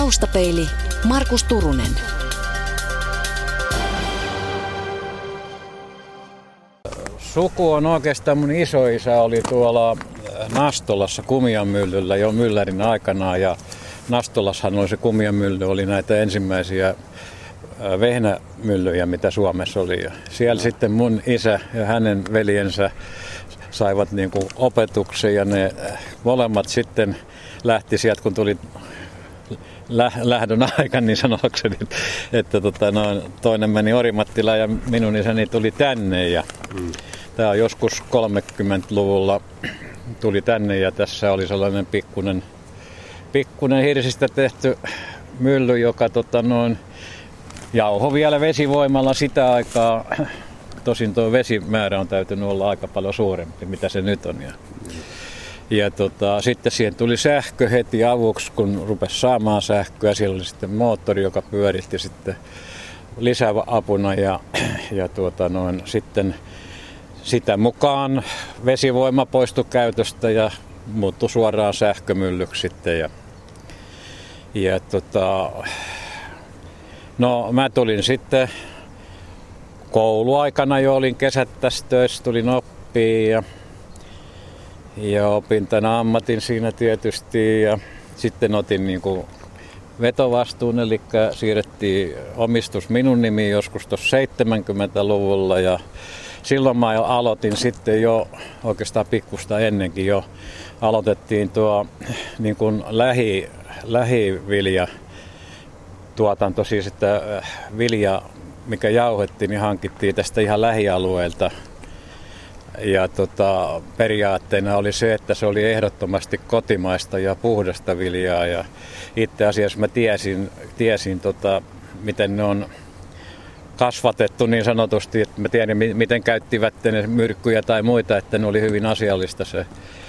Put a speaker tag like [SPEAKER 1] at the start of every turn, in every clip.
[SPEAKER 1] Taustapeili Markus Turunen.
[SPEAKER 2] Suku on oikeastaan, mun isoisä oli tuolla Nastolassa Kumianmyllyllä jo myllärin aikana, ja Nastolassahan oli se Kumianmylly, oli näitä ensimmäisiä vehnämyllyjä, mitä Suomessa oli. Ja siellä sitten mun isä ja hänen veljensä saivat niinku opetuksen, ja ne molemmat sitten lähti sieltä, kun tuli lähdön aika, niin sanoakseni, että toinen meni Orimattilaan ja minun isäni tuli tänne. Ja tämä on joskus 30-luvulla tuli tänne, ja tässä oli sellainen pikkunen hirsistä tehty mylly, joka jauho vielä vesivoimalla sitä aikaa. Tosin tuo vesimäärä on täytynyt olla aika paljon suurempi, mitä se nyt on. Ja sitten siihen tuli sähkö heti avuksi, kun rupesi saamaan sähköä. Siellä oli sitten moottori, joka pyöritti sitten lisäapuna, ja sitten sitä mukaan vesivoima poistui käytöstä ja muuttui suoraan sähkömyllyksi sitten. Mä tulin sitten kouluaikana jo, olin kesät tässä töissä, tulin oppiin ja opin tämän ammatin siinä tietysti, ja sitten otin niinku vetovastuun, eli siirrettiin omistus minun nimiin joskus tuossa 70-luvulla, ja silloin mä aloitin sitten jo oikeastaan pikkusta ennenkin jo, aloitettiin tuo niin kuin lähivilja tuotanto, siis että vilja, mikä jauhettiin, niin hankittiin tästä ihan lähialueelta. Ja periaatteena oli se, että se oli ehdottomasti kotimaista ja puhdasta viljaa. Ja itse asiassa mä tiesin miten ne on kasvatettu niin sanotusti, että mä tiedän miten käyttivät ne myrkkyjä tai muita, että ne oli hyvin asiallista se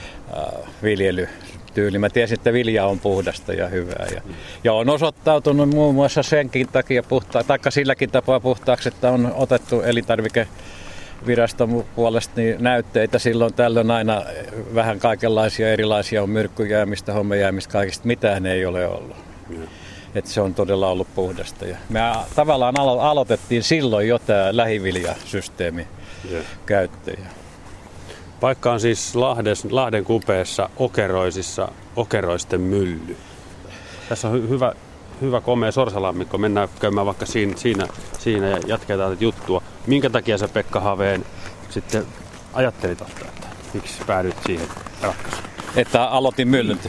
[SPEAKER 2] viljelytyyli. Mä tiesin, että vilja on puhdasta ja hyvää. Ja on osoittautunut muun muassa senkin takia taikka silläkin tapaa puhtaaksi, että on otettu elintarvikeviraston puolesta niin näytteitä silloin tällöin aina vähän kaikenlaisia erilaisia on myrkkyjäämistä, hommejäämistä, kaikista mitään ei ole ollut. Että se on todella ollut puhdasta. Ja me tavallaan aloitettiin silloin jo tämä lähiviljasysteemi käyttö.
[SPEAKER 3] Paikka on siis Lahden kupeessa Okeroisissa Okeroisten mylly. Tässä on hyvä komea sorsalammikko. Mennään käymään vaikka siinä ja jatketaan tätä juttua. Minkä takia sä, Pekka Haveen, sitten ajattelit ottaa, että miksi päädyit siihen ratkaisuun? Että
[SPEAKER 2] aloitin myllynti.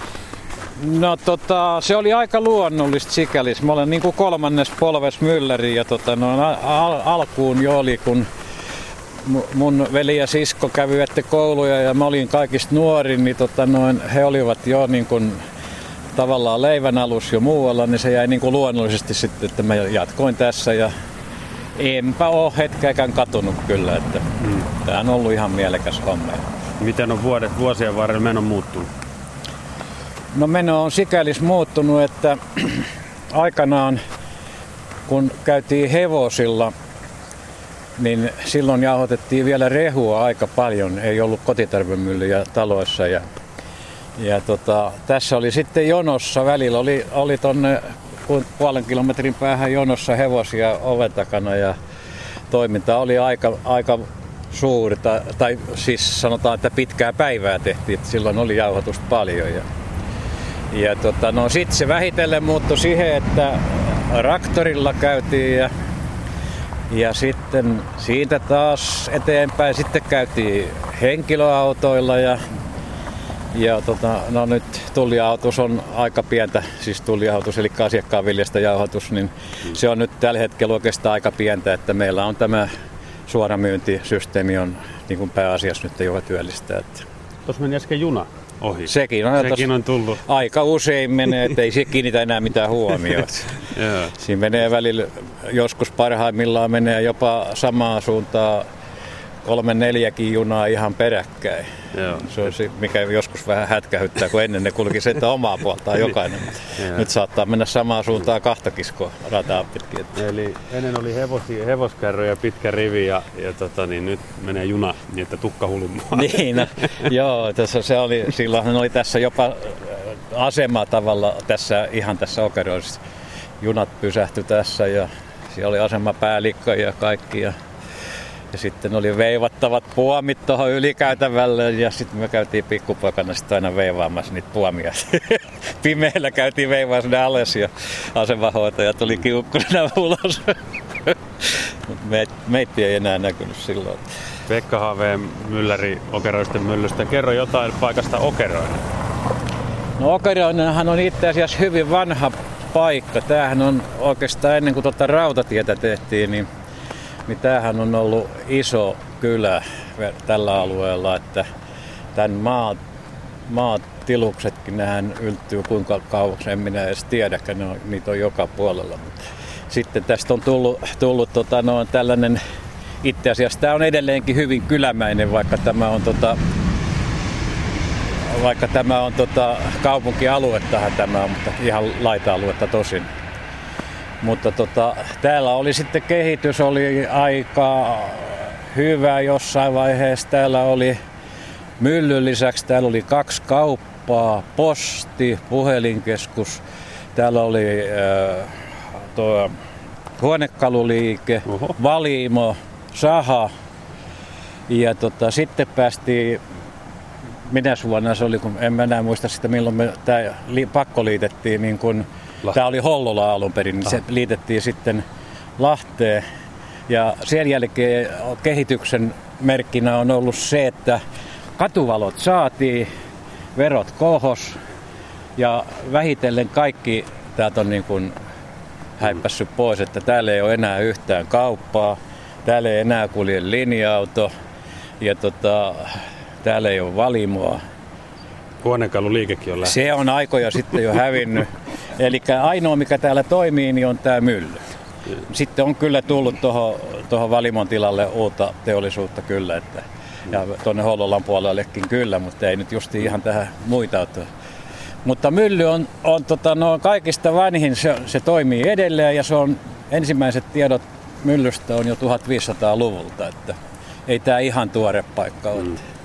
[SPEAKER 2] No se oli aika luonnollista sikäli. Mä olen niin kuin 3. polves mylläri, ja alkuun jo oli, kun mun veli ja sisko kävivät kouluja ja mä olin kaikista nuorin, niin he olivat jo niin kuin tavallaan leivän alus jo muualla, niin se jäi niin kuin luonnollisesti sitten, että mä jatkoin tässä, ja enpä ole hetkeäkään katunut kyllä, että tää on ollut ihan mielekäs homma.
[SPEAKER 3] Miten on vuosien varrella meno muuttunut?
[SPEAKER 2] No meno on sikälis muuttunut, että aikanaan kun käytiin hevosilla, niin silloin jauhotettiin vielä rehua aika paljon, ei ollut kotitarvemyllyjä taloissa. Tässä oli sitten jonossa, välillä oli tonne 0,5 kilometrin päähän jonossa hevosia oven takana, ja toiminta oli aika suuri, tai siis sanotaan, että pitkää päivää tehtiin, että silloin oli jauhotusta paljon. Sitten se vähitellen muuttui siihen, että traktorilla käytiin, ja sitten siitä taas eteenpäin sitten käytiin henkilöautoilla, ja nyt tulliautus on aika pientä, siis tulliautus eli asiakkaan viljasta jauhotus, niin se on nyt tällä hetkellä oikeastaan aika pientä, että meillä on tämä suoramyyntisysteemi on niin kuin pääasiassa nyt, joka työllistää.
[SPEAKER 3] Tuossa meni äsken juna ohi.
[SPEAKER 2] Sekin on tullut. Aika usein menee, ettei se kiinnitä enää mitään huomiota. Siinä menee välillä, joskus parhaimmillaan menee jopa samaan suuntaan 3-4 junaa ihan peräkkäin. Se on se, mikä joskus vähän hätkähyttää, kun ennen ne kulki sen omaa puoltaan jokainen. Nyt saattaa mennä samaan suuntaan 2 kiskoa rataa pitkin.
[SPEAKER 3] Eli ennen oli hevoskärryjä pitkä rivi ja nyt menee juna niin, että tukka hullumaan.
[SPEAKER 2] Niin, joo, tässä se oli, silloin oli tässä jopa asema tavalla ihan tässä Okeroisissa. Junat pysähtyi tässä ja siellä oli asemapäällikkö ja kaikki. Ja sitten oli veivattavat puomit tuohon ylikäytävälle ja sitten me käytiin pikkupoikana sitten aina veivaamassa niitä puomia. Pimeällä käytiin veivaamassa ne alas ja asemahoitaja tuli kiukkurina ulos. Meitä ei enää näkynyt silloin.
[SPEAKER 3] Pekka Haveen mylläri Okeroisten myllystä. Kerro jotain paikasta Okeroinen.
[SPEAKER 2] No Okeroinenhan on itse asiassa hyvin vanha paikka. Tämähän on oikeastaan ennen kuin rautatietä tehtiin, niin tämähän on ollut iso kylä tällä alueella, että tämän maatiluksetkin nehän yltyy kuinka kauaksi, en minä edes tiedäkään, niitä on joka puolella. Sitten tästä on tullut tällainen, itse asiassa tämä on edelleenkin hyvin kylämäinen, vaikka tämä on kaupunkialuettahan tämä on, mutta ihan laita-aluetta tosin. Mutta täällä oli sitten kehitys oli aika hyvä jossain vaiheessa. Täällä oli myllyn lisäksi täällä oli 2 kauppaa, posti, puhelinkeskus. Täällä oli huonekaluliike, valimo, saha. Ja sitten päästiin, minä vuonna se oli, kun en mä enää muista sitä milloin me tämä pakko liitettiin niin kun tämä oli Hollola alun perin, niin se liitettiin sitten Lahteen. Ja sen jälkeen kehityksen merkkinä on ollut se, että katuvalot saatiin, verot kohos ja vähitellen kaikki täältä on niin kuin häippässyt pois, että täällä ei ole enää yhtään kauppaa, täällä ei enää kulje linja-auto ja täällä ei ole valimoa.
[SPEAKER 3] Huonekaluliikekin on lähtenyt.
[SPEAKER 2] Se on aikoja sitten jo hävinnyt. Eli ainoa mikä täällä toimii, niin on tämä mylly. Sitten on kyllä tullut tuohon Valimon tilalle uutta teollisuutta kyllä. Ja tuonne Hollolan puolellekin kyllä, mutta ei nyt justi ihan tähän muita ole. Mutta mylly on kaikista vanhin, se toimii edelleen ja se on ensimmäiset tiedot myllystä on jo 1500-luvulta. Että ei tämä ihan tuore paikka ole.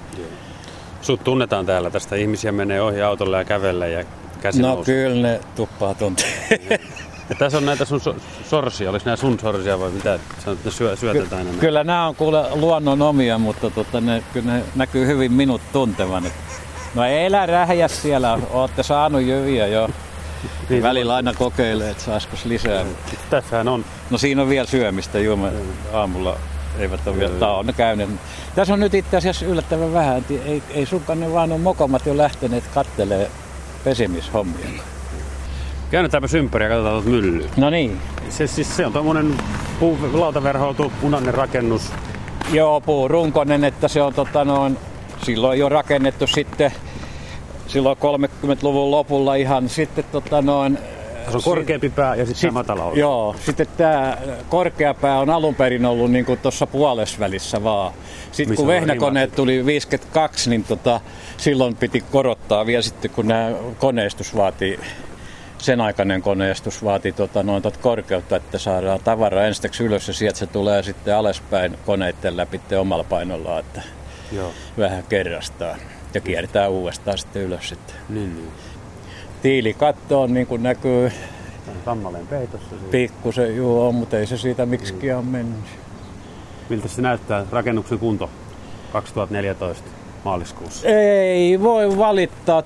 [SPEAKER 3] Sut tunnetaan täällä tästä. Ihmisiä menee ohi autolle ja kävelle ja käsi
[SPEAKER 2] No
[SPEAKER 3] nousee.
[SPEAKER 2] kyllä ne tuppaa tuntea.
[SPEAKER 3] Ja tässä on näitä sun sorsia. Olis nämä sun sorsia vai mitä? Sanot, että ne syötetään enemmän.
[SPEAKER 2] Kyllä nämä on kuule luonnon omia, mutta kyllä ne näkyy hyvin minut tuntevan. No ei elä rähjä siellä. Ootte saanut jyviä jo. Niin, välillä aina kokeilee, että saisikos lisää.
[SPEAKER 3] Tässähän on.
[SPEAKER 2] No siinä on vielä syömistä juoma aamulla. Eivät ole vielä. Tämä on käynyt. Tässä on nyt itse asiassa yllättävän vähän. Ei sunkaan ne vaan on mokomat jo lähteneet kattelee pesimishommia.
[SPEAKER 3] Käännetäänpä ympäri ja katsotaan tuota myllyä.
[SPEAKER 2] No niin.
[SPEAKER 3] Se on tommonen lautaverhoiltu punainen rakennus.
[SPEAKER 2] Joo, puurunkoinen, että se on silloin jo rakennettu sitten silloin 30-luvun lopulla ihan sitten
[SPEAKER 3] Se on korkeampi pää ja sitten matala osa.
[SPEAKER 2] Joo, sitten tämä korkea pää on alun perin ollut niin kuin tuossa puolesvälissä vaan. Sitten kun vehnäkoneet tuli 52, niin silloin piti korottaa vielä sitten kun nämä koneistus vaatii, sen aikainen koneistus vaatii korkeutta, että saadaan tavaraa ensiksi ylös ja sieltä se tulee sitten alaspäin koneiden läpi omalla painollaan, että
[SPEAKER 3] Joo.
[SPEAKER 2] vähän kerrastaan ja kierretään uudestaan sitten ylös sitten.
[SPEAKER 3] Niin.
[SPEAKER 2] Tiilikatto on niin kuin näkyy
[SPEAKER 3] Tammaleen peitossa.
[SPEAKER 2] pikkusen, on, mutta ei se siitä miksikin ole mennyt.
[SPEAKER 3] Miltä se näyttää rakennuksen kunto 2014 maaliskuussa?
[SPEAKER 2] Ei voi valittaa,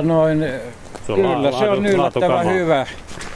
[SPEAKER 2] kyllä se on yllättävän hyvä.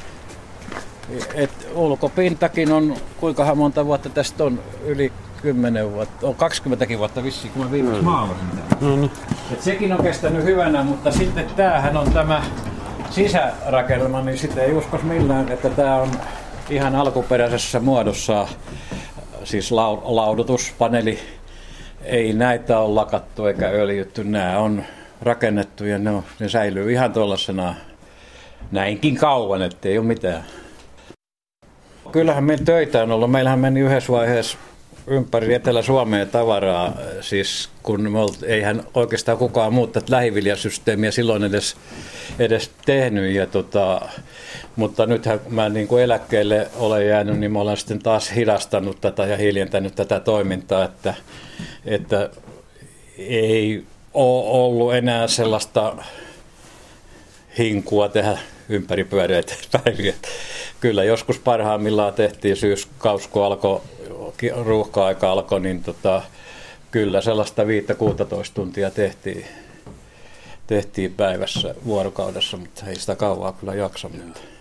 [SPEAKER 2] Ulkopintakin on, kuinkahan monta vuotta tästä on, yli 10 vuotta, on 20 vuotta vissiin, kun mä viimeksi maalasin tämän. Sekin on kestänyt hyvänä, mutta sitten tämähän on tämä sisärakennelma, niin sitä ei uskos millään, että tämä on ihan alkuperäisessä muodossa, siis laudotuspaneeli. Ei näitä ole lakattu eikä öljytty, nämä on rakennettu ja ne säilyy ihan tuollaisena näinkin kauan, ettei ole mitään. Kyllähän meillä töitä on ollut. Meillähän meni yhdessä vaiheessa ympäri Etelä-Suomea tavaraa, siis kun eihän oikeastaan kukaan muu tätä lähiviljasysteemiä silloin edes tehnyt. Mutta nythän mä niin kuin eläkkeelle olen jäänyt, niin mä olen sitten taas hidastanut tätä ja hiljentänyt tätä toimintaa, että ei ole ollut enää sellaista hinkua tehdä ympäripyöreitä päiviä. Kyllä joskus parhaimmillaan tehtiin syyskausi, kun ruuhka-aika alkoi, niin kyllä sellaista 5-16 tuntia tehtiin päivässä vuorokaudessa, mutta ei sitä kauaa kyllä jaksa.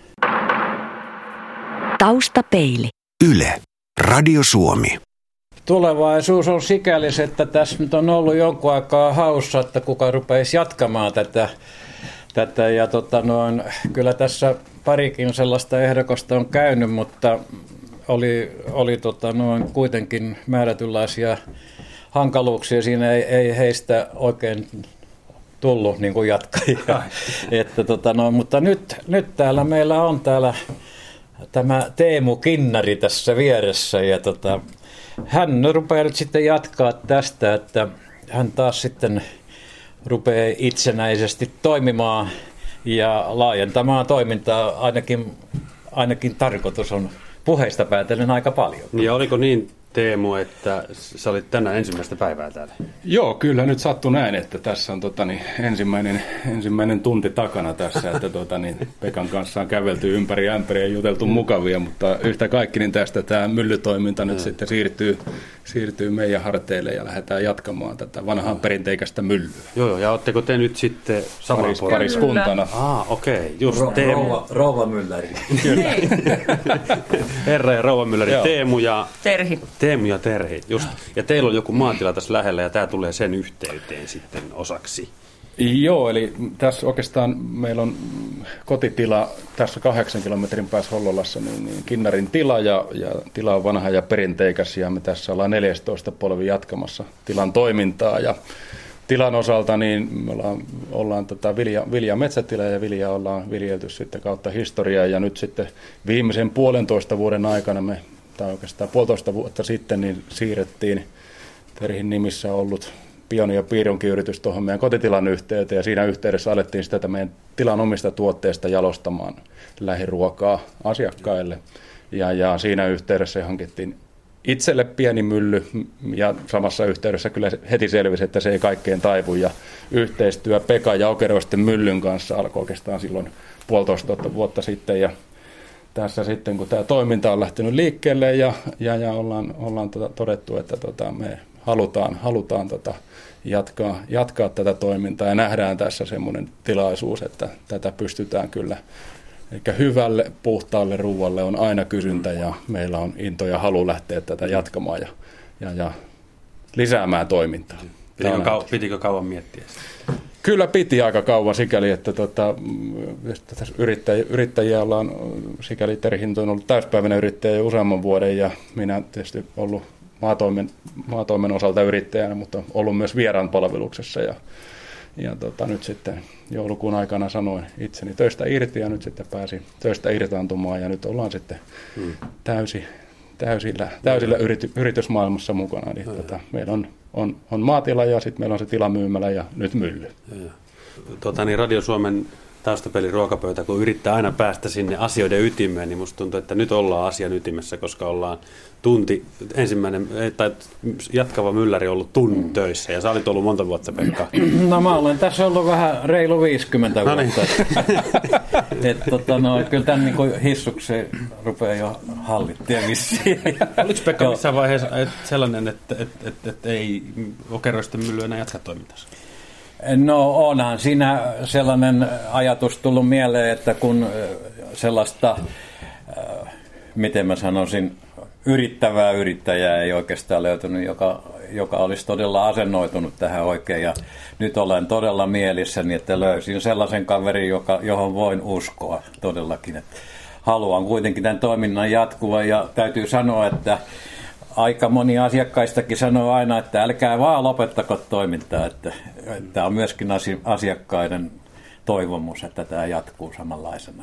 [SPEAKER 1] Taustapeili.
[SPEAKER 4] Yle. Radio Suomi.
[SPEAKER 2] Tulevaisuus on sikäli, että tässä nyt on ollut jonkun aikaa haussa, että kuka rupeisi jatkamaan tätä ja kyllä tässä parikin sellaista ehdokosta on käynyt, mutta oli kuitenkin määrätynlaisia hankaluuksia. Siinä ei heistä oikein tullut niin kuin jatkajia. Mutta nyt täällä meillä on tämä Teemu Kinnari tässä vieressä ja hän rupeaa nyt sitten jatkaa tästä, että hän taas sitten rupeaa itsenäisesti toimimaan ja laajentamaan toimintaa, ainakin tarkoitus on puheista päätellen aika paljon.
[SPEAKER 3] Ja oliko niin, Teemu, että sä olit tänään ensimmäistä päivää täällä?
[SPEAKER 5] Joo, kyllä nyt sattui näin, että tässä on ensimmäinen tunti takana tässä, että Pekan kanssa on kävelty ympäri ämpäriä ja juteltu mukavia, mutta yhtä kaikki niin tästä tämä myllytoiminta nyt sitten siirtyy meidän harteille ja lähdetään jatkamaan tätä vanhaa perinteikästä myllyä.
[SPEAKER 3] Joo, ja ootteko te nyt sitten
[SPEAKER 5] pariskuntana?
[SPEAKER 3] Okei, just
[SPEAKER 2] Teemu. Rouva mylläri.
[SPEAKER 3] Kyllä. Herra ja rouva mylläri, Teemu ja Terhi, just. Ja teillä on joku maatila tässä lähellä ja tämä tulee sen yhteyteen sitten osaksi.
[SPEAKER 5] Joo, eli tässä oikeastaan meillä on kotitila tässä 8 kilometrin päässä Hollolassa, niin Kinnarin tila ja tila on vanha ja perinteikäs ja me tässä ollaan 14 polvi jatkamassa tilan toimintaa ja tilan osalta niin me ollaan vilja metsätila ja viljaa ollaan viljelty sitten kautta historiaa ja nyt sitten viimeisen 1,5 vuoden aikana tai oikeastaan 1,5 vuotta sitten niin siirrettiin Terhin nimissä ollut Pioni ja Piironkin yritys tuohon meidän kotitilan yhteyteen ja siinä yhteydessä alettiin sitä meidän tilan omista tuotteista jalostamaan lähiruokaa asiakkaille ja siinä yhteydessä hankittiin itselle pieni mylly ja samassa yhteydessä kyllä heti selvisi, että se ei kaikkeen taivu ja yhteistyö Pekan ja Okeroisten myllyn kanssa alkoi oikeastaan silloin 1,5 vuotta sitten ja tässä sitten, kun tämä toiminta on lähtenyt liikkeelle ja ollaan todettu, että me halutaan jatkaa tätä toimintaa ja nähdään tässä semmoinen tilaisuus, että tätä pystytään kyllä. Eli hyvälle, puhtaalle ruualle on aina kysyntä ja meillä on into ja halu lähteä tätä jatkamaan ja lisäämään toimintaa.
[SPEAKER 3] Pitikö kauan miettiä sitä?
[SPEAKER 5] Kyllä piti aika kauan sikäli, että yrittäjiä ollaan, sikäli Terhin on ollut täyspäiväinen yrittäjä jo useamman vuoden ja minä tietysti ollut maatoimen osalta yrittäjänä, mutta ollut myös vieraan palveluksessa ja nyt sitten joulukuun aikana sanoin itseni töistä irti ja nyt sitten pääsin töistä irtaantumaan ja nyt ollaan sitten täysillä yritysmaailmassa mukana. Eli meillä on maatila ja sitten meillä on se tilamyymälä ja nyt mylly.
[SPEAKER 3] Radio Suomen taustapeli ruokapöytä, kun yrittää aina päästä sinne asioiden ytimeen, niin musta tuntuu, että nyt ollaan asian ytimessä, koska ollaan jatkava mylläri ollut tunnin töissä, ja sä olit ollut monta vuotta, Pekka.
[SPEAKER 2] No mä olen tässä ollut vähän reilu 50 vuotta. Kyllä tämän niin hissuksi rupeaa jo hallittia vissiin.
[SPEAKER 3] Oliko Pekka missään vaiheessa sellainen, että ei Okeroisten mylly enää jatka toimintansa?
[SPEAKER 2] No onhan siinä sellainen ajatus tullut mieleen, että kun sellaista, miten mä sanoisin, yrittävää yrittäjää ei oikeastaan löytynyt, joka olisi todella asennoitunut tähän oikein. Ja nyt olen todella mielissäni, että löysin sellaisen kaverin, johon voin uskoa todellakin. Että haluan kuitenkin tämän toiminnan jatkua ja täytyy sanoa, että aika moni asiakkaistakin sanoo aina, että älkää vaan lopettako toimintaa, että tämä on myöskin asiakkaiden toivomus, että tämä jatkuu samanlaisena.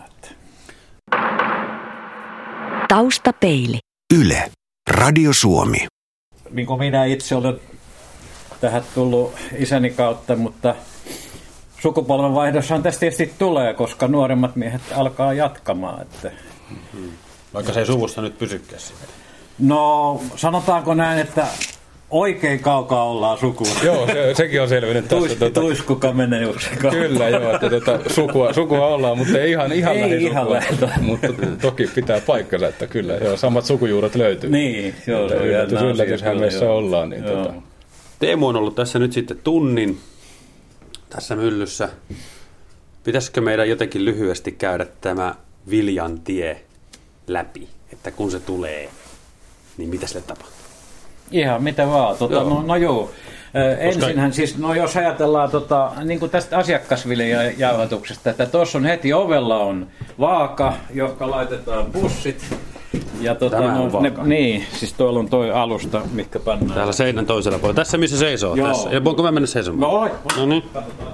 [SPEAKER 1] Taustapeili.
[SPEAKER 4] Yle. Radio Suomi.
[SPEAKER 2] Niin kuin minä itse olen tähän tullut isäni kautta, mutta sukupolvenvaihdossahan tästä tietysti tulee, koska nuoremmat miehet alkaa jatkamaan. Että
[SPEAKER 3] vaikka se ei suvussa nyt pysykään sitä.
[SPEAKER 2] No sanotaanko näin, että oikein kaukaa ollaan sukua.
[SPEAKER 5] Joo, sekin on selvinnyt tässä.
[SPEAKER 2] Tuiskuka menee jossain.
[SPEAKER 5] Kyllä joo, että sukua ollaan, mutta ei ihan
[SPEAKER 2] ihan
[SPEAKER 5] lähisukua. Mutta toki pitää paikkansa, että kyllä joo, samat sukujuuret löytyy.
[SPEAKER 2] Niin, joo.
[SPEAKER 5] Yllätys Hämeessä ollaan. Niin
[SPEAKER 3] Teemu on ollut tässä nyt sitten tunnin tässä myllyssä. Pitäisikö meidän jotenkin lyhyesti käydä tämä Viljan tie läpi, että kun se tulee, niin mitä sille tapahtuu?
[SPEAKER 2] Ihan mitä vaan. No joo. Ensinhän siis, jos ajatellaan niin kuin tästä asiakasviljajauhatuksesta, että tuossa on heti ovella on vaaka, johon laitetaan pussit. Ja niin, siis tuolla on toi alusta, mikä pannaan.
[SPEAKER 3] Täällä seinän toisella puolella. Tässä missä seisoo.
[SPEAKER 2] Joo.
[SPEAKER 3] Tässä. Ja voinko mä mennä seisomaan?
[SPEAKER 2] No
[SPEAKER 3] niin.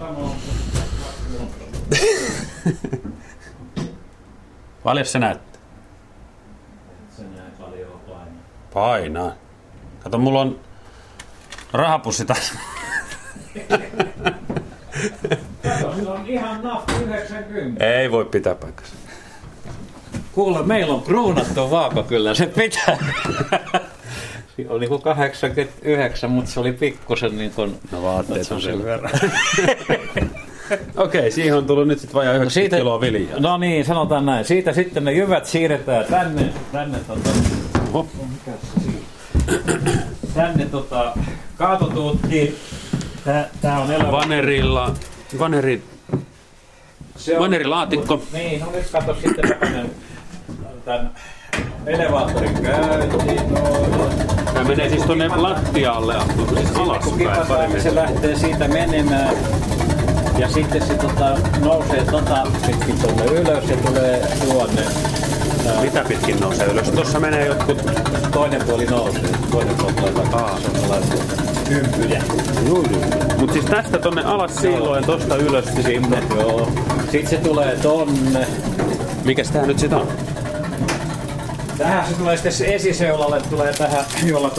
[SPEAKER 3] Paljon sä näet?
[SPEAKER 2] Se näe paljon
[SPEAKER 3] Painaa. Kato, mulla on rahapussi tässä.
[SPEAKER 2] Kato, sillä on ihan nappi 90.
[SPEAKER 3] Ei voi pitää paikkansa.
[SPEAKER 2] Kuule, meillä on kruunattu vaaka kyllä, se pitää. Se oli niin kuin 89, mutta se oli pikkusen niin kuin...
[SPEAKER 3] No vaatteet on sen verran. Okei, siihen on tullut nyt sitten vajaa 90 kiloa viljaa.
[SPEAKER 2] No niin, sanotaan näin. Siitä sitten ne jyvät siirretään tänne kaatotuuttiin. Tää on elävä.
[SPEAKER 3] Vanerilaatikko.
[SPEAKER 2] Niin, no nyt katso sitten tämän elevaattorin käyntiin.
[SPEAKER 3] Tämä menee siis tuonne lattialle, siis alaspäin.
[SPEAKER 2] Se lähtee siitä menemään. Ja sitten se nousee pitkin tuonne ylös ja tulee tuonne.
[SPEAKER 3] Mitä pitkin nousee ylös? Tuossa menee jotkut...
[SPEAKER 2] Toinen puoli nousee, toinen puoli tulee takaisin. Ympyjä.
[SPEAKER 3] Mutta siis tästä tonne alas siiloen, tosta ylös sinne.
[SPEAKER 2] Joo. Sitten se tulee tonne.
[SPEAKER 3] Mikäs tää nyt sit on?
[SPEAKER 2] Tähän se tulee sitten esiseulalle, tulee tähän, jolla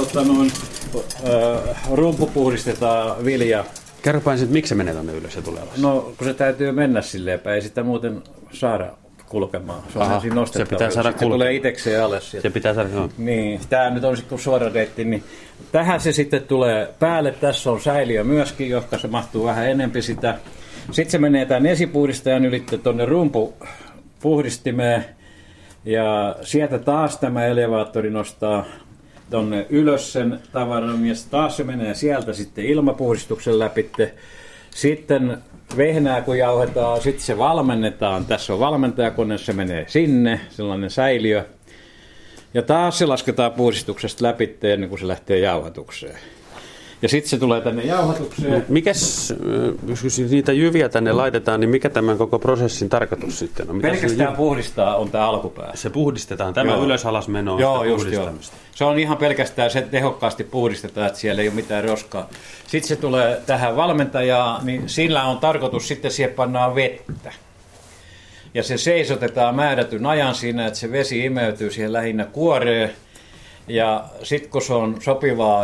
[SPEAKER 2] rumpu puhdistetaan vilja.
[SPEAKER 3] Kerropa ensin, että miksi se menee tonne ylös ja tulee alas?
[SPEAKER 2] No, kun se täytyy mennä silleen päin, ei sitä muuten saada kulkemaan. Se on ensin nostettava.
[SPEAKER 3] Se pitää saada kulkemaan.
[SPEAKER 2] Se tulee itsekseen alas.
[SPEAKER 3] Se pitää saada, joo.
[SPEAKER 2] Niin, tää nyt on sitten suora reitti, niin tähän se sitten tulee päälle. Tässä on säiliö myöskin, johon se mahtuu vähän enempi sitä. Sitten se menee tämän esipuhdistajan ylitte tonne rumpupuhdistimeen. Ja sieltä taas tämä elevaattori nostaa tonne ylös sen tavaran ja taas se menee sieltä sitten ilmapuhdistuksen läpi. Sitten vehnää kun jauhetaan, sitten se valmennetaan. Tässä on valmentajakone, se menee sinne, sellainen säiliö. Ja taas se lasketaan puhdistuksesta läpi ennen kuin se lähtee jauhatukseen. Ja sitten se tulee tänne jauhatukseen.
[SPEAKER 3] Mikäs, jos niitä jyviä tänne laitetaan, niin mikä tämän koko prosessin tarkoitus sitten on?
[SPEAKER 2] Pelkästään puhdistaa on tämä alkupää.
[SPEAKER 3] Se puhdistetaan, tämä ylös-alas meno on
[SPEAKER 2] joo,
[SPEAKER 3] sitä puhdistamista.
[SPEAKER 2] Joo. Se on ihan pelkästään, se tehokkaasti puhdistetaan, että siellä ei ole mitään roskaa. Sitten se tulee tähän valmentajaan, niin sillä on tarkoitus sitten siihen pannaan vettä. Ja se seisotetaan määrätyn ajan siinä, että se vesi imeytyy siihen lähinnä kuoreen. Ja sitten kun se on sopivaa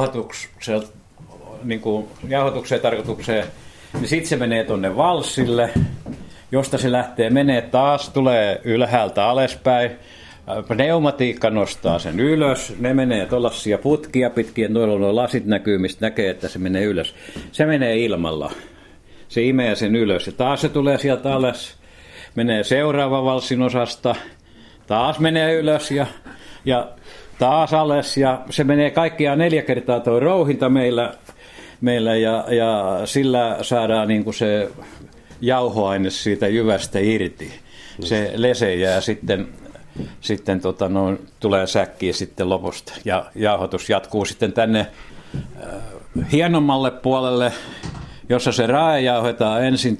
[SPEAKER 2] jauhatukseen tarkoitukseen, niin sitten se menee tuonne valssille, josta se lähtee menee taas, tulee ylhäältä alaspäin. Pneumatiikka nostaa sen ylös, ne menee tuollaisia putkia pitkin, noilla on lasit näkyy, mistä näkee, että se menee ylös. Se menee ilmalla, se imee sen ylös ja taas se tulee sieltä alas, menee seuraava valssin osasta, taas menee ylös ja taas alas ja se menee kaikkiaan 4 kertaa tuo rouhinta meillä ja sillä saadaan niin kuin se jauhoaine siitä jyvästä irti. Se lese jää sitten tulee säkkiin sitten lopusta ja jauhotus jatkuu sitten tänne hienommalle puolelle, jossa se rae jauhetaan ensin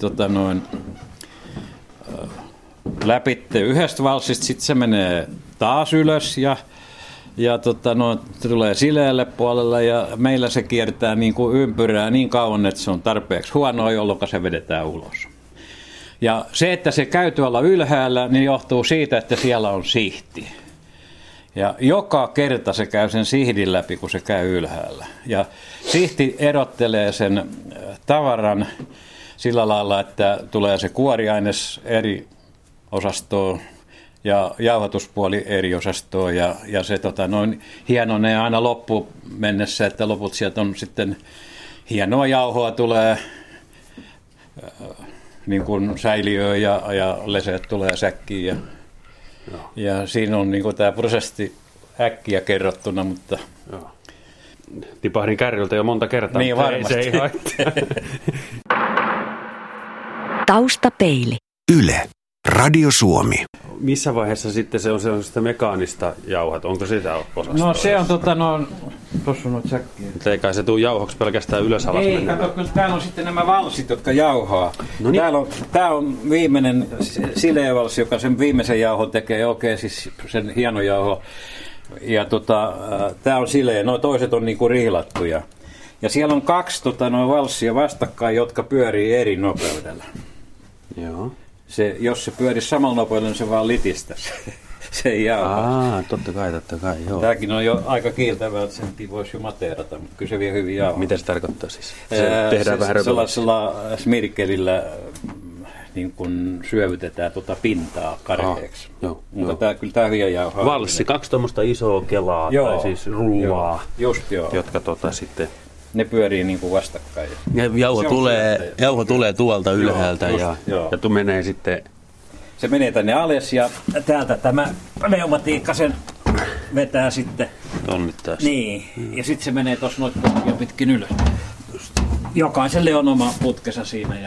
[SPEAKER 2] läpitte yhdestä valssista, sitten se menee taas ylös ja se tulee sileälle puolelle ja meillä se kiertää niin kuin ympyrää niin kauan, että se on tarpeeksi huonoa, jolloin se vedetään ulos. Ja se, että se käy tuolla ylhäällä, niin johtuu siitä, että siellä on sihti. Ja joka kerta se käy sen sihdin läpi, kun se käy ylhäällä. Ja sihti erottelee sen tavaran sillä lailla, että tulee se kuoriaines eri osastoon ja jauhatuspuoli eri osastoon ja se hienonee aina loppuun mennessä, että loput sieltä on sitten hienoa jauhoa tulee niin kuin säiliöön ja leseet tulee säkkiin ja siinä on niin kuin tämä prosessi äkkiä kerrottuna, mutta
[SPEAKER 3] tipahdin kärryltä jo monta kertaa.
[SPEAKER 2] Niin varmasti.
[SPEAKER 3] Se ei
[SPEAKER 1] Taustapeili.
[SPEAKER 4] Yle, Radio Suomi.
[SPEAKER 3] Missä vaiheessa sitten se on sitä mekaanista jauhat? Onko sitä osastoa?
[SPEAKER 2] No se on tuossa on noita säkkiä.
[SPEAKER 3] Ei kai se tuu jauhoksi pelkästään ylös alas
[SPEAKER 2] Ei,
[SPEAKER 3] mennä.
[SPEAKER 2] kato, kyllä täällä on sitten nämä valssit, jotka jauhaa.
[SPEAKER 3] No niin.
[SPEAKER 2] Tää on viimeinen sileävalssi, joka sen viimeisen jauhon tekee, siis sen hieno jauho. Ja tää on sileä, nuo toiset on niinku rihlattuja. Ja siellä on 2 valssia vastakkain, jotka pyörii eri nopeudella.
[SPEAKER 3] Joo.
[SPEAKER 2] Jos se pyörisi samalla nopeudella, niin se vaan litistäisi. Se ei jauhaa.
[SPEAKER 3] Totta kai, joo.
[SPEAKER 2] Tämäkin on jo aika kiiltävää, että senkin voisi jo mateerata, mutta kyllä se vie hyvin jauhaa.
[SPEAKER 3] Mitä se tarkoittaa siis? Se tehdään vähän
[SPEAKER 2] sellaisella smirkelillä niin kun syövytetään pintaa karheeksi. Mutta kyllä tämä vie jauhaa.
[SPEAKER 3] Valssi, 2 tuommoista isoa kelaa, tai siis rullaa, jotka sitten...
[SPEAKER 2] Ne pyörii niin kuin vastakkain.
[SPEAKER 3] Ja jauho tulee tuolta ylhäältä ja menee sitten...
[SPEAKER 2] Se menee tänne alas ja täältä tämä pneumatiikka sen vetää sitten.
[SPEAKER 3] Onnittaa.
[SPEAKER 2] Niin, ja sitten se menee tuossa noita putkia pitkin ylös. Jokaiselle on oma putkensa siinä.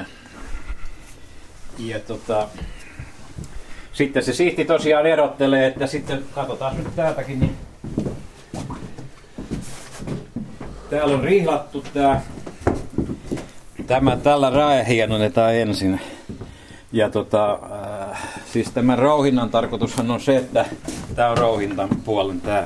[SPEAKER 2] Ja sitten se sihti tosiaan erottelee, että sitten katsotaan nyt täältäkin. Niin täällä on rihlattu tämä tällä raehienonnetaan ensin. Ja siis tämän rouhinnan tarkoitushan on se, että tämä on rouhinnan puolen tämä.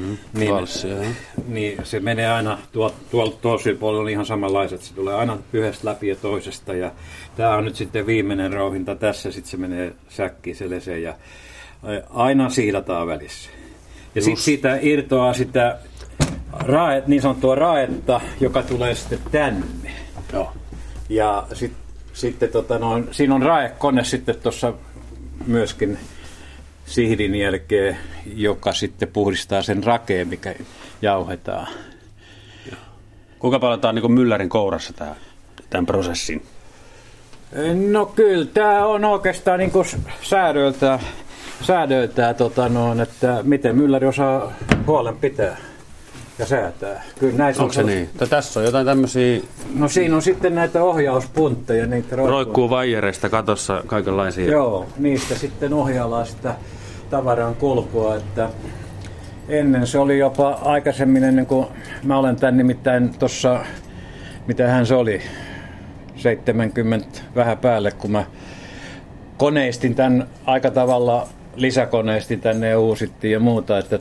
[SPEAKER 2] Niin se menee aina tuolla puolella on ihan samanlaiset. Se tulee aina yhdestä läpi ja toisesta. Ja tämä on nyt sitten viimeinen rouhinta tässä. Sitten se menee säkkiin se lese ja aina siilataan välissä. Ja sitten siitä irtoaa sitä niin sanottua raetta, joka tulee sitten tänne.
[SPEAKER 3] Joo.
[SPEAKER 2] Ja sitten siinä on raekone sitten tuossa myöskin sihdin jälkeen, joka sitten puhdistaa sen rakeen, mikä jauhetaan.
[SPEAKER 3] Kuinka paljon tämä on niin myllärin kourassa tämän prosessin?
[SPEAKER 2] No kyllä, tämä on oikeastaan niin säädöltään, että miten mylläri osaa huolen pitää ja säätää. Kyllä näissä
[SPEAKER 3] onko se niin? Tässä on jotain tämmöisiä...
[SPEAKER 2] No siinä on sitten näitä ohjauspuntteja. Niitä
[SPEAKER 3] roikkuu vaijereista katossa kaikenlaisia.
[SPEAKER 2] Joo, niistä sitten ohjaillaan sitä tavaran kulkua. Että ennen se oli jopa aikaisemmin, ennen kuin mä olen tämän nimittäin tuossa, mitähän se oli, 70 vähän päälle, kun mä koneistin tämän aika tavalla, lisäkoneistin tänne ja uusittiin ja muuta, että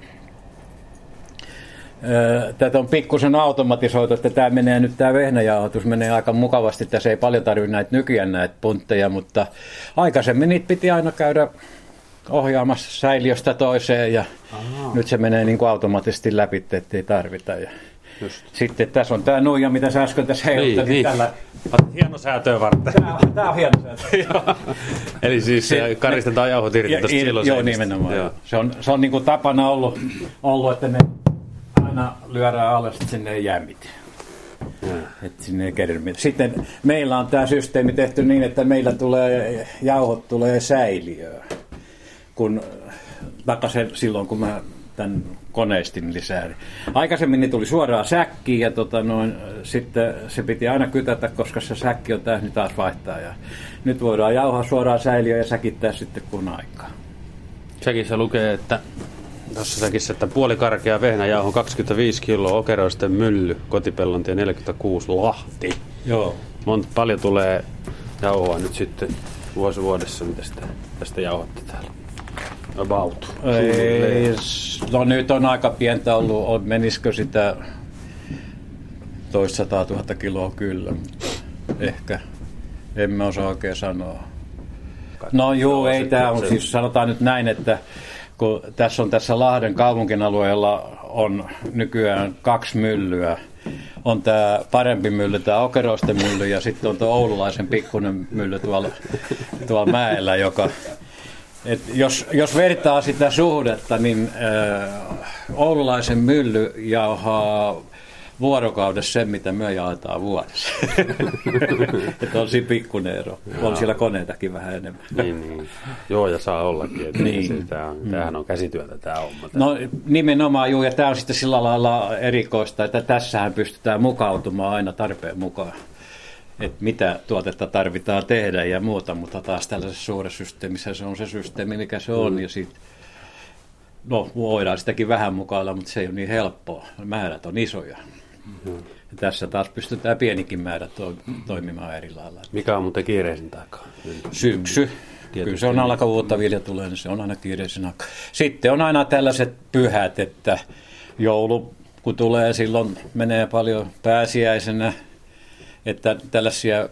[SPEAKER 2] tätä on pikkusen automatisoitu, että tämä menee nyt, tämä vehnäjauhoitus menee aika mukavasti. Tässä ei paljon tarvitse nykyään näitä puntteja, mutta aikaisemmin niitä piti aina käydä ohjaamassa säiliöstä toiseen ja nyt se menee niin kuin automaattisesti läpi, ettei tarvita. Ja sitten tässä on tämä nuija, mitä sä äsken tässä heiluttelit. Niin. Tällä...
[SPEAKER 3] Hieno säätöä varten.
[SPEAKER 2] Tämä on hieno säätö.
[SPEAKER 3] Eli siis karistetaan jauhot irti tuosta silloin.
[SPEAKER 2] Joo, nimenomaan. Joo. Se on niin kuin tapana ollut, että ne aina lyödään alas, että sinne ei jää mitään. Että sinne ei kerry mitään. Sitten meillä on tämä systeemi tehty niin, että meillä jauhot tulee säiliöön. Takaisin silloin, kun mä tämän koneistin lisää. Aikaisemmin ne tuli suoraan säkkiin ja sitten se piti aina kytätä, koska se säkki on täysin taas vaihtaa. Ja nyt voidaan jauhaa suoraan säiliöön ja säkittää sitten kun aikaa.
[SPEAKER 3] Säkissä lukee, että tuossa säkissä, että puolikarkea vehnäjauho 25 kiloa, Okeroisten mylly, Kotipellontie 46, Lahti.
[SPEAKER 2] Joo.
[SPEAKER 3] Paljon tulee jauhoa nyt sitten vuodessa, mitä tästä jauhatte täällä? About.
[SPEAKER 2] No nyt on aika pientä ollut, menisikö sitä 200 000 kiloa kyllä, ehkä, en mä osaa oikein sanoa. No juu, ei tämä on, siis sanotaan nyt näin, että kun tässä Lahden kaupunkinalueella on nykyään 2 myllyä. On tämä parempi mylly, tämä Okeroisten mylly ja sitten on tuo oululaisen pikkuinen mylly tuolla mäellä, Et jos vertaa sitä suhdetta, niin oululaisen mylly jauhaa vuorokaudessa sen, mitä me jaetaan vuodessa. Että on siinä pikkuinen ero. On siellä koneitakin vähän enemmän.
[SPEAKER 3] Niin. Joo, ja saa ollakin. Niin. Tämähän on käsityötä tämä homma.
[SPEAKER 2] No nimenomaan, ja tämä on sitten sillä lailla erikoista, että tässähän pystytään mukautumaan aina tarpeen mukaan. Että mitä tuotetta tarvitaan tehdä ja muuta, mutta taas tällaisessa suuressa systeemissä se on se systeemi, mikä se on. Ja sitten, voidaan sitäkin vähän mukailla, mutta se ei ole niin helppoa. Määrät on isoja. Ja tässä taas pystytään pienikin määrät toimimaan eri lailla.
[SPEAKER 3] Mikä on muuten kiireisin aikaa?
[SPEAKER 2] Syksy. Kyllä se on alkavuutta vilja tulee, niin se on aina kiireisin aikaa. Sitten on aina tällaiset pyhät, että joulu, kun tulee, silloin menee paljon pääsiäisenä. Että tällaisia,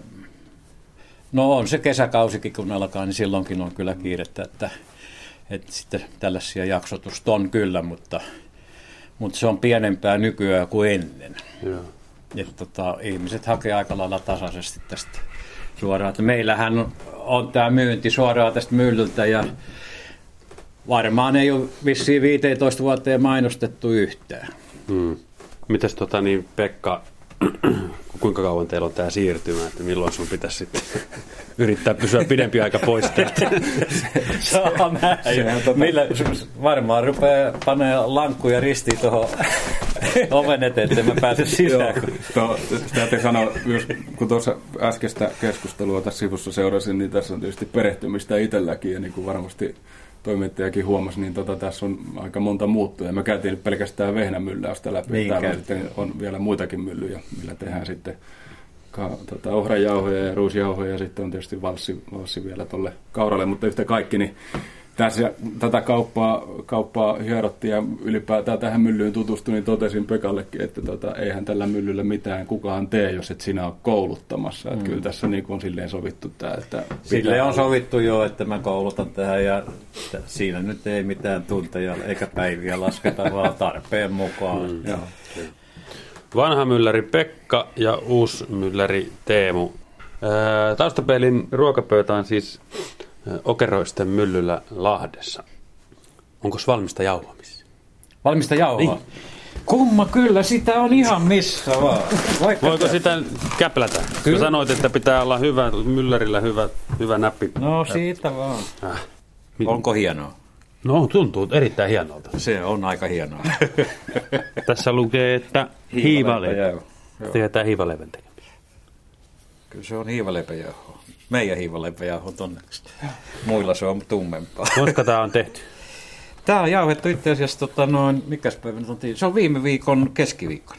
[SPEAKER 2] on se kesäkausikin kun alkaa, niin silloinkin on kyllä kiirettä, että sitten tällaisia jaksotusta on kyllä, mutta se on pienempää nykyään kuin ennen. Että ihmiset hakee aika lailla tasaisesti tästä suoraan. Että meillähän on tämä myynti suoraan tästä myllyltä ja varmaan ei ole vissiin 15 vuoteen mainostettu yhtään.
[SPEAKER 3] Mitäs Pekka, kuinka kauan teillä on tämä siirtymä, että milloin sun pitäisi sitten yrittää pysyä pidempi aika pois tästä?
[SPEAKER 2] Saa näin. Varmaan rupeaa panemaan lankkuja ristiin tuohon oven eteen, että mä pääsen sisään.
[SPEAKER 5] Täytyy sanoa, kun tuossa äskeistä keskustelua tässä sivussa seurasin, niin tässä on tietysti perehtymistä itselläkin ja niin kuin varmasti toimittajakin huomasi, niin tässä on aika monta muuttua. Ja me käytiin nyt pelkästään vehnämylläystä läpi. Niin täällä on vielä muitakin myllyjä, millä tehdään sitten ohrajauhoja ja ruusjauhoja ja sitten on tietysti valssi vielä tuolle kauralle. Mutta yhtä kaikki, niin tässä tätä kauppaa hierottiin ja ylipäätään tähän myllyyn tutustuin, niin totesin Pekallekin, että eihän tällä myllyllä mitään kukaan tee, jos et sinä ole kouluttamassa. Että kyllä tässä niin on silleen sovittu tämä.
[SPEAKER 2] Silleen on sovittu jo, että mä koulutan tähän ja siinä nyt ei mitään tunteja eikä päiviä lasketa, vaan tarpeen mukaan.
[SPEAKER 3] Vanha mylläri Pekka ja uusi mylläri Teemu. Taustapeilin ruokapöytä on siis Okeroisten myllyllä Lahdessa. Onko valmista jauhoa missä?
[SPEAKER 2] Valmista jauhoa? Niin. Kumma kyllä, sitä on ihan missä vaan.
[SPEAKER 3] Voiko sitä käplätä? Kyllä. Sanoit, että pitää olla myllärillä hyvä näppi.
[SPEAKER 2] No siitä vaan. Onko hienoa?
[SPEAKER 3] No tuntuu erittäin hienolta.
[SPEAKER 2] Se on aika hienoa.
[SPEAKER 3] Tässä lukee, että hiivaleipä. Tietää hiivaleivän tekemistä.
[SPEAKER 2] Kyllä se on hiivaleipäjauhoa. Meidän hiivaleipäjauho on onneksi. Muilla se on tummempaa.
[SPEAKER 3] Koska tämä on tehty?
[SPEAKER 2] Tämä on jauhettu itse asiassa, mikäs päivä nyt on? Se on viime viikon keskiviikkona.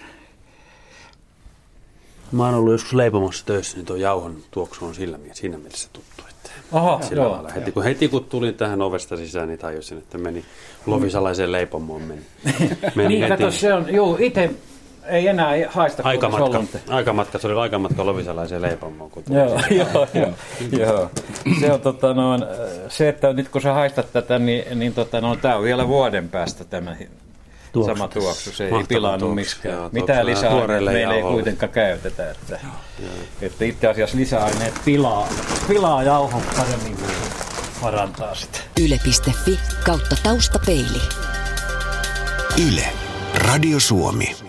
[SPEAKER 3] Mä oon ollut joskus leipomossa töissä, niin tuo jauhon tuoksu on siinä mielessä tuttu.
[SPEAKER 2] Aha,
[SPEAKER 3] heti kun tulin tähän ovesta sisään, niin tajusin, että meni lovisalaiseen leipomoon. Meni
[SPEAKER 2] niin, kato, se on, itse ei enää haista
[SPEAKER 3] aikamatka, se oli aikamatka lovisalaiseen leipomoon.
[SPEAKER 2] Joo. Se on se, että nyt kun sä haistat tätä, niin tämä on vielä vuoden päästä tämä sama tuoksu. Se ei pilannut miksikään. Mitään lisäaineita meillä ei kuitenkaan käytetä. Että itse asiassa lisäaineet pilaa jauhon paremmin kuin parantaa sitä.
[SPEAKER 1] Yle.fi/taustapeili.
[SPEAKER 4] Yle. Radio Suomi.